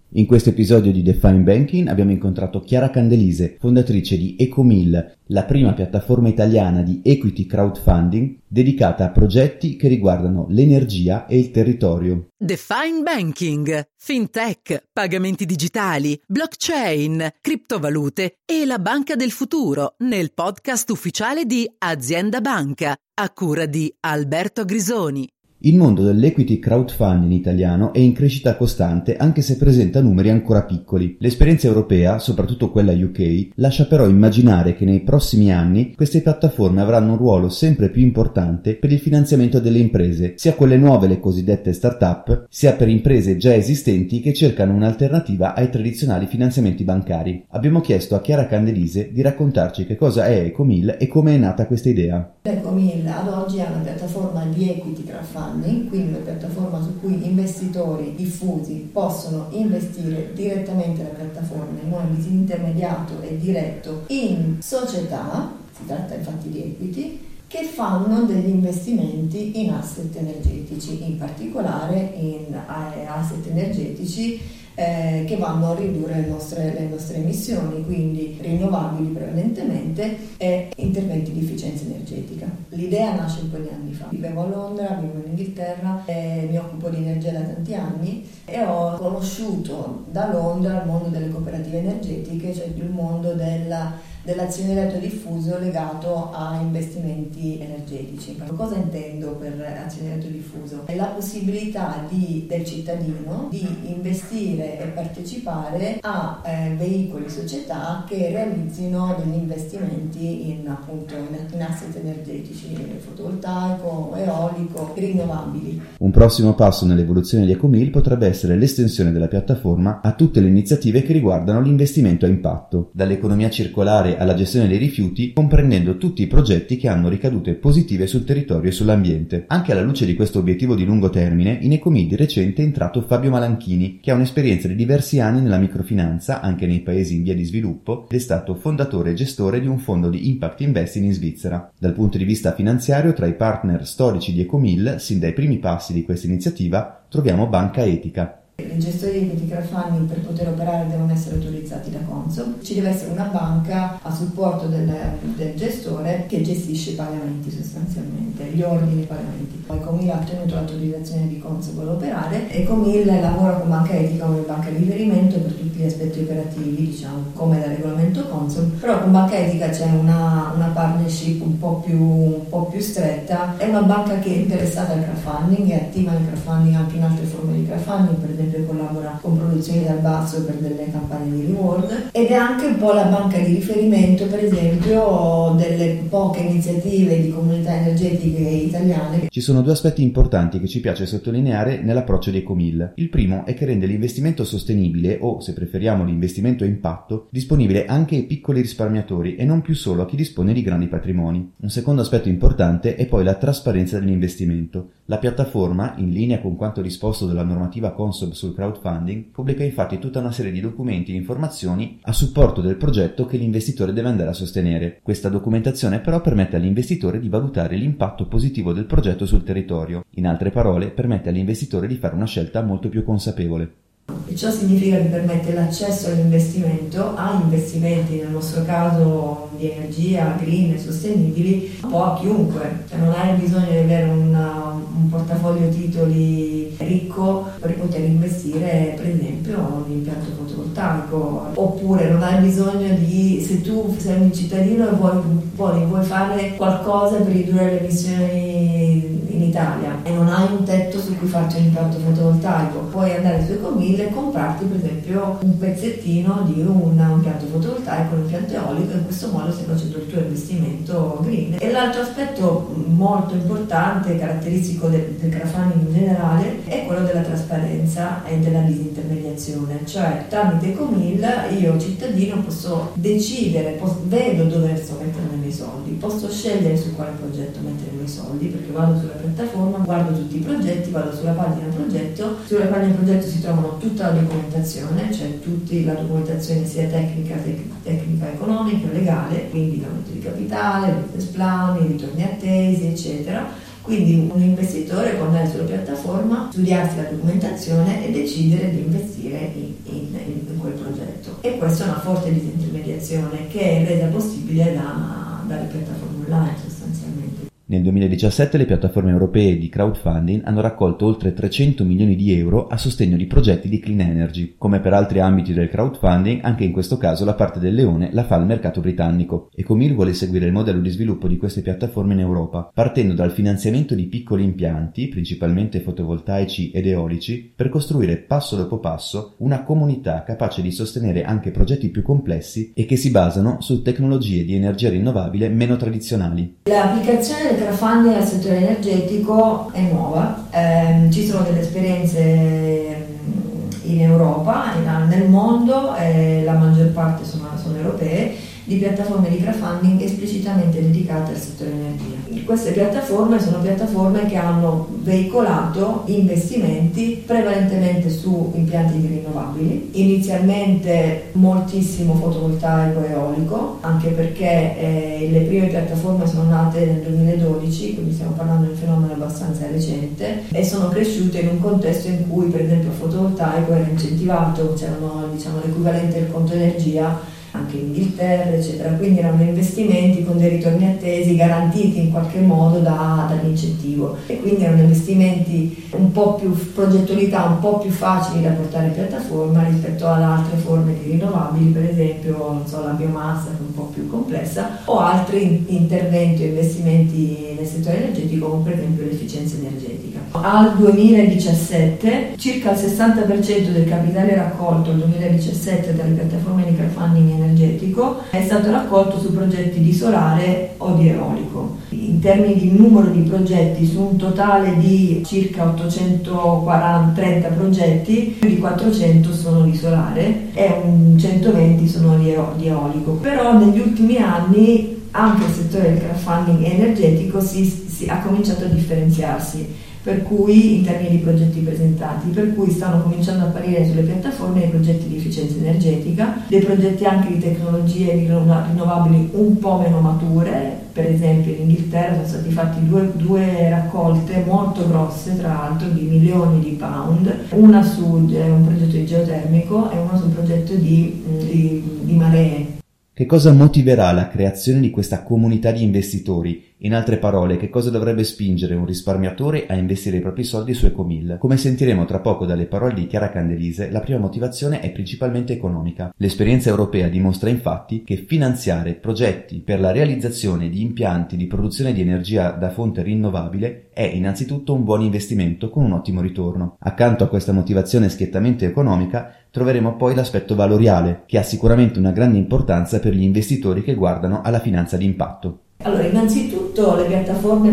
In questo episodio di Define Banking abbiamo incontrato Chiara Candelise, fondatrice di Ecomil, la prima piattaforma italiana di equity crowdfunding dedicata a progetti che riguardano l'energia e il territorio. Define Banking, FinTech, pagamenti digitali, blockchain, criptovalute e la banca del futuro nel podcast ufficiale di Azienda Banca, a cura di Alberto Grisoni. Il mondo dell'equity crowdfunding italiano è in crescita costante anche se presenta numeri ancora piccoli. L'esperienza europea, soprattutto quella UK, lascia però immaginare che nei prossimi anni queste piattaforme avranno un ruolo sempre più importante per il finanziamento delle imprese, sia quelle nuove, le cosiddette start-up, sia per imprese già esistenti che cercano un'alternativa ai tradizionali finanziamenti bancari. Abbiamo chiesto a Chiara Candelise di raccontarci che cosa è Ecomil e come è nata questa idea. Ecomil ad oggi è una piattaforma di equity crowdfunding, quindi una piattaforma su cui investitori diffusi possono investire direttamente nella piattaforma in un ambito intermediato e diretto in società, si tratta infatti di equity, che fanno degli investimenti in asset energetici, in particolare in asset energetici che vanno a ridurre le nostre emissioni, quindi rinnovabili prevalentemente e interventi di efficienza energetica. L'idea nasce un po' di anni fa. Vivevo a Londra, vivo in Inghilterra, mi occupo di energia da tanti anni e ho conosciuto da Londra il mondo delle cooperative energetiche, cioè il mondo dell'azionariato diffuso legato a investimenti energetici. Cosa intendo per azionariato diffuso? È la possibilità del cittadino di investire e partecipare a veicoli, società che realizzino degli investimenti in asset energetici, fotovoltaico, eolico, rinnovabili. Un prossimo passo nell'evoluzione di Ecomil potrebbe essere l'estensione della piattaforma a tutte le iniziative che riguardano l'investimento a impatto, dall'economia circolare alla gestione dei rifiuti, comprendendo tutti i progetti che hanno ricadute positive sul territorio e sull'ambiente. Anche alla luce di questo obiettivo di lungo termine, in Ecomil di recente è entrato Fabio Malanchini, che ha un'esperienza di diversi anni nella microfinanza, anche nei paesi in via di sviluppo, ed è stato fondatore e gestore di un fondo di impact investing in Svizzera. Dal punto di vista finanziario, tra i partner storici di Ecomil, sin dai primi passi di questa iniziativa, troviamo Banca Etica. I gestori di equity crowdfunding per poter operare devono essere autorizzati da Consob. Ci deve essere una banca a supporto del gestore che gestisce i pagamenti sostanzialmente, gli ordini di pagamenti. Ecomil ha ottenuto l'autorizzazione di Consob ad operare. Ecomil lavora con Banca Etica come banca di riferimento per tutti gli aspetti operativi, diciamo, come da regolamento Consob, però con Banca Etica c'è una partnership un po' più stretta. È una banca che è interessata al crowdfunding, è attiva nel crowdfunding anche in altre forme di crowdfunding, per esempio collabora con Produzioni dal Basso per delle campagne di reward, ed è anche un po' la banca di riferimento, per esempio, delle poche iniziative di comunità energetiche italiane. Ci sono due aspetti importanti che ci piace sottolineare nell'approccio di Ecomil. Il primo è che rende l'investimento sostenibile, o se preferiamo l'investimento a impatto, disponibile anche ai piccoli risparmiatori e non più solo a chi dispone di grandi patrimoni. Un secondo aspetto importante è poi la trasparenza dell'investimento. La piattaforma, in linea con quanto disposto dalla normativa Consob sul crowdfunding, pubblica infatti tutta una serie di documenti e informazioni a supporto del progetto che l'investitore deve andare a sostenere. Questa documentazione però permette all'investitore di valutare l'impatto positivo del progetto sul territorio. In altre parole, permette all'investitore di fare una scelta molto più consapevole. E ciò significa che permette l'accesso all'investimento, a investimenti, nel nostro caso di energia, green e sostenibili, un po' a chiunque. Cioè non hai bisogno di avere un portafoglio titoli ricco per poter investire, per esempio, in un impianto fotovoltaico. Oppure non hai bisogno se tu sei un cittadino e vuoi fare qualcosa per ridurre le emissioni in Italia e non hai un tetto su cui farti un impianto fotovoltaico, puoi andare su Ecomil e comprarti per esempio un pezzettino di un impianto fotovoltaico, un impianto eolico, e in questo modo stai facendo il tuo investimento green. E l'altro aspetto molto importante, caratteristico del crowdfunding in generale, è quello della trasparenza e della disintermediazione, cioè tramite Ecomil io cittadino posso decidere, vedo dove sto mettendo i miei soldi, posso scegliere su quale progetto mettere i miei soldi, perché vado sulla piattaforma, guardo tutti i progetti, vado sulla pagina progetto, sulla pagina progetto si trovano tutta la documentazione, cioè tutta la documentazione sia tecnica, economica, legale, quindi l'aumento di capitale, il business plan, i ritorni attesi, eccetera. Quindi un investitore può andare sulla piattaforma, studiarsi la documentazione e decidere di investire in quel progetto. E questa è una forte disintermediazione che è resa possibile dalle piattaforme online sostanzialmente. Nel 2017 le piattaforme europee di crowdfunding hanno raccolto oltre 300 milioni di euro a sostegno di progetti di clean energy. Come per altri ambiti del crowdfunding, anche in questo caso la parte del leone la fa il mercato britannico. Ecomil vuole seguire il modello di sviluppo di queste piattaforme in Europa, partendo dal finanziamento di piccoli impianti, principalmente fotovoltaici ed eolici, per costruire passo dopo passo una comunità capace di sostenere anche progetti più complessi e che si basano su tecnologie di energia rinnovabile meno tradizionali. L'applicazione del crowdfunding al settore energetico è nuova, ci sono delle esperienze in Europa, nel mondo, la maggior parte sono europee, di piattaforme di crowdfunding esplicitamente dedicate al settore energia. Queste piattaforme sono piattaforme che hanno veicolato investimenti prevalentemente su impianti di rinnovabili, inizialmente moltissimo fotovoltaico e eolico, anche perché le prime piattaforme sono nate nel 2012, quindi stiamo parlando di un fenomeno abbastanza recente, e sono cresciute in un contesto in cui per esempio il fotovoltaico era incentivato, c'erano l'equivalente del conto energia anche in Inghilterra, eccetera, quindi erano investimenti con dei ritorni attesi garantiti in qualche modo dall'incentivo, e quindi erano investimenti un po' più progettualità, un po' più facili da portare in piattaforma rispetto ad altre forme di rinnovabili, per esempio la biomassa, che è un po' più complessa, o altri interventi o investimenti nel settore energetico, come per esempio l'efficienza energetica. Al 2017 circa il 60% del capitale raccolto nel 2017 dalle piattaforme di crowdfunding energetico è stato raccolto su progetti di solare o di eolico. In termini di numero di progetti, su un totale di circa 830 progetti, più di 400 sono di solare e 120 sono di eolico. Però negli ultimi anni anche il settore del crowdfunding energetico si ha cominciato a differenziarsi, per cui in termini di progetti presentati, per cui stanno cominciando a apparire sulle piattaforme dei progetti di efficienza energetica, dei progetti anche di tecnologie rinnovabili un po' meno mature. Per esempio in Inghilterra sono stati fatti due raccolte molto grosse, tra l'altro di milioni di pound, una su un progetto di geotermico e una sul progetto di maree. Che cosa motiverà la creazione di questa comunità di investitori? In altre parole, che cosa dovrebbe spingere un risparmiatore a investire i propri soldi su Ecomil? Come sentiremo tra poco dalle parole di Chiara Candelise, la prima motivazione è principalmente economica. L'esperienza europea dimostra infatti che finanziare progetti per la realizzazione di impianti di produzione di energia da fonte rinnovabile è innanzitutto un buon investimento con un ottimo ritorno. Accanto a questa motivazione schiettamente economica, troveremo poi l'aspetto valoriale, che ha sicuramente una grande importanza per gli investitori che guardano alla finanza di impatto. Allora, innanzitutto le piattaforme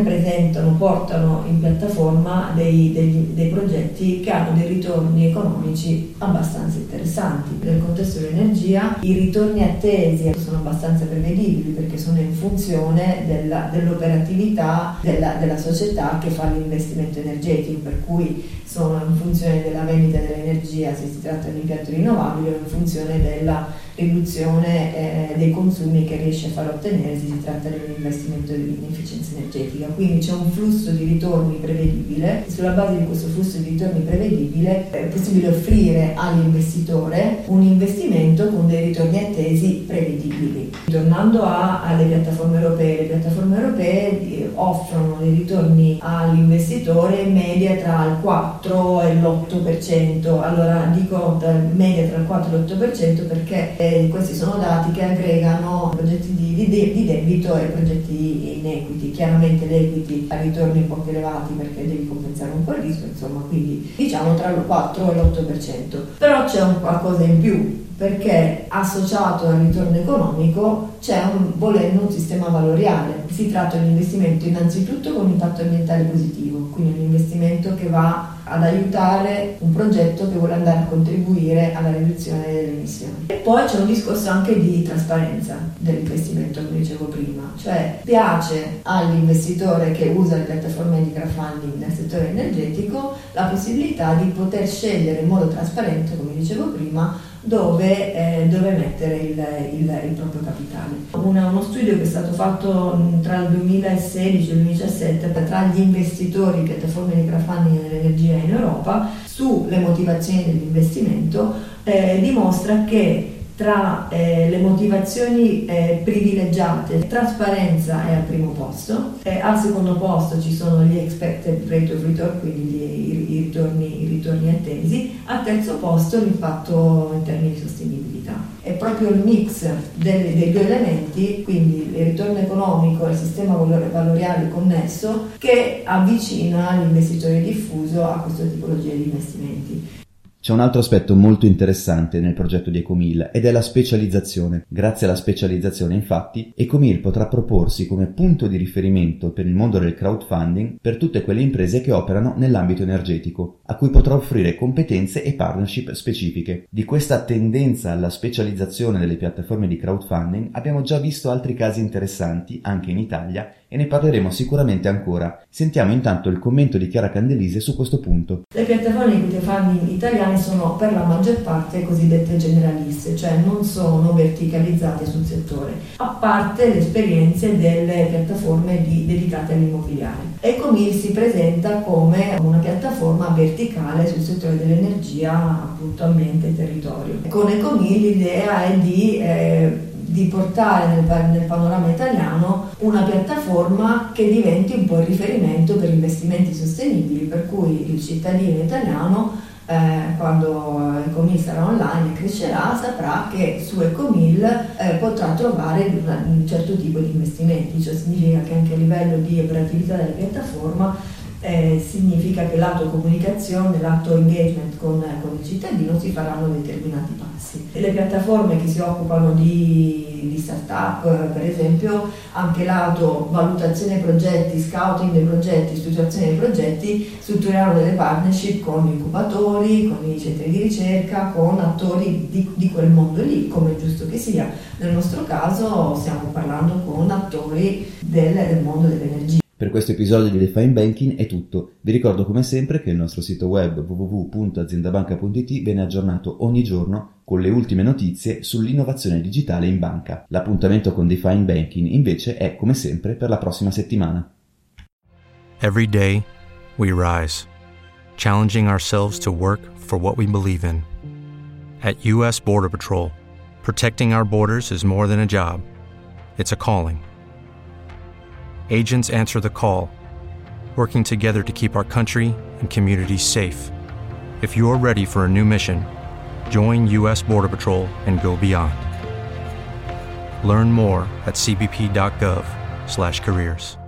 portano in piattaforma dei progetti che hanno dei ritorni economici abbastanza interessanti. Nel contesto dell'energia i ritorni attesi sono abbastanza prevedibili, perché sono in funzione dell'operatività della società che fa l'investimento energetico, per cui sono in funzione della vendita dell'energia se si tratta di un impianto rinnovabile, o in funzione della riduzione dei consumi che riesce a far ottenere se si tratta di un investimento in efficienza energetica. Quindi c'è un flusso di ritorni prevedibile. Sulla base di questo flusso di ritorni prevedibile è possibile offrire all'investitore un investimento con dei ritorni attesi prevedibili. Tornando alle piattaforme europee, le piattaforme europee offrono dei ritorni all'investitore in media tra il 4 e l'8%. Allora dico media tra il 4 e l'8% perché questi sono dati che aggregano progetti di debito e progetti in equity. Chiaramente l'equity ha ritorni un po' più elevati perché devi compensare un po' il rischio, insomma, quindi diciamo tra il 4 e l'8%. Però c'è un qualcosa in più, perché associato al ritorno economico c'è volendo un sistema valoriale. Si tratta di un investimento innanzitutto con impatto ambientale positivo, quindi un investimento che va ad aiutare un progetto che vuole andare a contribuire alla riduzione delle emissioni. E poi c'è un discorso anche di trasparenza dell'investimento, come dicevo prima, cioè piace all'investitore che usa le piattaforme di crowdfunding nel settore energetico la possibilità di poter scegliere in modo trasparente, come dicevo prima, dove mettere il proprio capitale. Uno studio che è stato fatto tra il 2016 e il 2017 tra gli investitori, piattaforme di crowdfunding nell'energia in Europa, sulle motivazioni dell'investimento, dimostra che tra le motivazioni privilegiate, trasparenza è al primo posto, al secondo posto ci sono gli expected rate of return, quindi i ritorni attesi, al terzo posto l'impatto in termini di sostenibilità. È proprio il mix dei due elementi, quindi il ritorno economico e il sistema valoriale connesso, che avvicina l'investitore diffuso a questa tipologia di investimenti. C'è un altro aspetto molto interessante nel progetto di Ecomil ed è la specializzazione. Grazie alla specializzazione, infatti, Ecomil potrà proporsi come punto di riferimento per il mondo del crowdfunding per tutte quelle imprese che operano nell'ambito energetico, a cui potrà offrire competenze e partnership specifiche. Di questa tendenza alla specializzazione delle piattaforme di crowdfunding abbiamo già visto altri casi interessanti anche in Italia e ne parleremo sicuramente ancora. Sentiamo intanto il commento di Chiara Candelise su questo punto. Le piattaforme di crowdfunding italiane sono per la maggior parte cosiddette generaliste, cioè non sono verticalizzate sul settore, a parte le esperienze delle piattaforme dedicate all'immobiliare. Ecomil si presenta come una piattaforma verticale sul settore dell'energia, appunto ambiente e territorio. Con Ecomil l'idea è di portare nel panorama italiano una piattaforma che diventi un po' il riferimento per investimenti sostenibili, per cui il cittadino italiano quando Ecomil sarà online e crescerà, saprà che su Ecomil potrà trovare un certo tipo di investimenti. Ciò significa che anche a livello di operatività della piattaforma significa che lato comunicazione, lato engagement con il cittadino si faranno determinati passi. E le piattaforme che si occupano di start-up, per esempio, anche lato valutazione dei progetti, scouting dei progetti, strutturazione dei progetti, struttureranno delle partnership con incubatori, con i centri di ricerca, con attori di quel mondo lì, come è giusto che sia. Nel nostro caso stiamo parlando con attori del mondo dell'energia. Per questo episodio di Define Banking è tutto. Vi ricordo come sempre che il nostro sito web www.aziendabanca.it viene aggiornato ogni giorno con le ultime notizie sull'innovazione digitale in banca. L'appuntamento con Define Banking invece è come sempre per la prossima settimana. Every day we rise, challenging ourselves to work for what we believe in. At US Border Patrol, protecting our borders is more than a job. It's a calling. Agents answer the call, working together to keep our country and communities safe. If you're ready for a new mission, join U.S. Border Patrol and go beyond. Learn more at cbp.gov/careers.